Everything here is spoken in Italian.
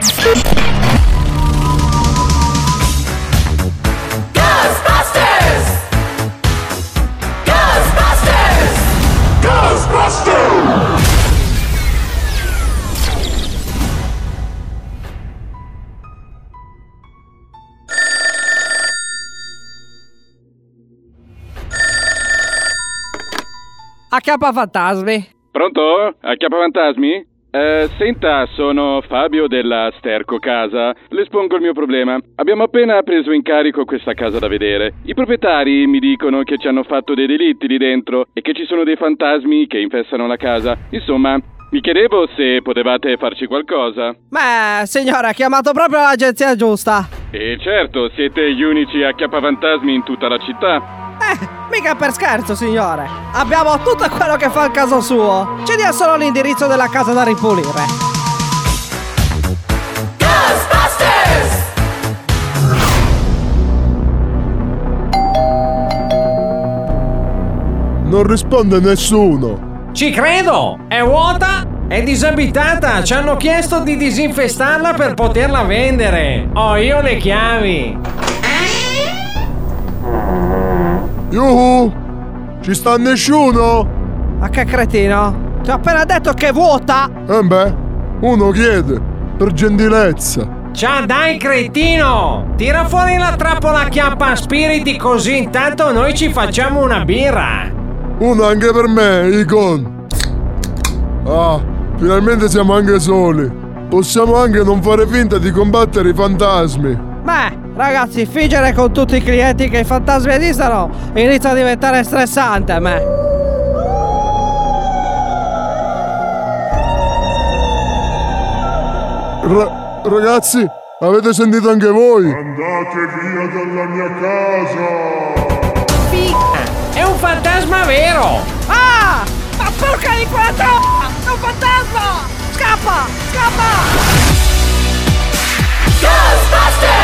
Acchiappafantasmi. Pronto? Acchiappafantasmi? Senta, sono Fabio della Sterco Casa. Le espongo il mio problema. Abbiamo appena preso in carico questa casa da vedere. I proprietari mi dicono che ci hanno fatto dei delitti lì dentro e che ci sono dei fantasmi che infestano la casa. Insomma, mi chiedevo se potevate farci qualcosa. Beh, signore, ha chiamato proprio l'agenzia giusta. E certo, siete gli unici acchiappafantasmi in tutta la città. Mica per scherzo, signore. Abbiamo tutto quello che fa il caso suo. Ci dia solo l'indirizzo della casa da ripulire. Ghostbusters! Non risponde nessuno. Ci credo! È vuota? È disabitata! Ci hanno chiesto di disinfestarla per poterla vendere! Ho io le chiavi! Yuhu! Ci sta nessuno? Ma che cretino? Ti ho appena detto che è vuota! Beh, uno chiede, per gentilezza. Ciao dai cretino! Tira fuori la trappola acchiappa spiriti così intanto noi ci facciamo una birra! Uno anche per me, Icon! Ah, finalmente siamo anche soli! Possiamo anche non fare finta di combattere i fantasmi! Beh, ragazzi, fingere con tutti i clienti che i fantasmi esistono inizia a diventare stressante a me. Ragazzi, avete sentito anche voi? Andate via dalla mia casa! È un fantasma vero! Ah! Ma porca di quella tromba! È un fantasma! Scappa! Scappa! Ghostbusters!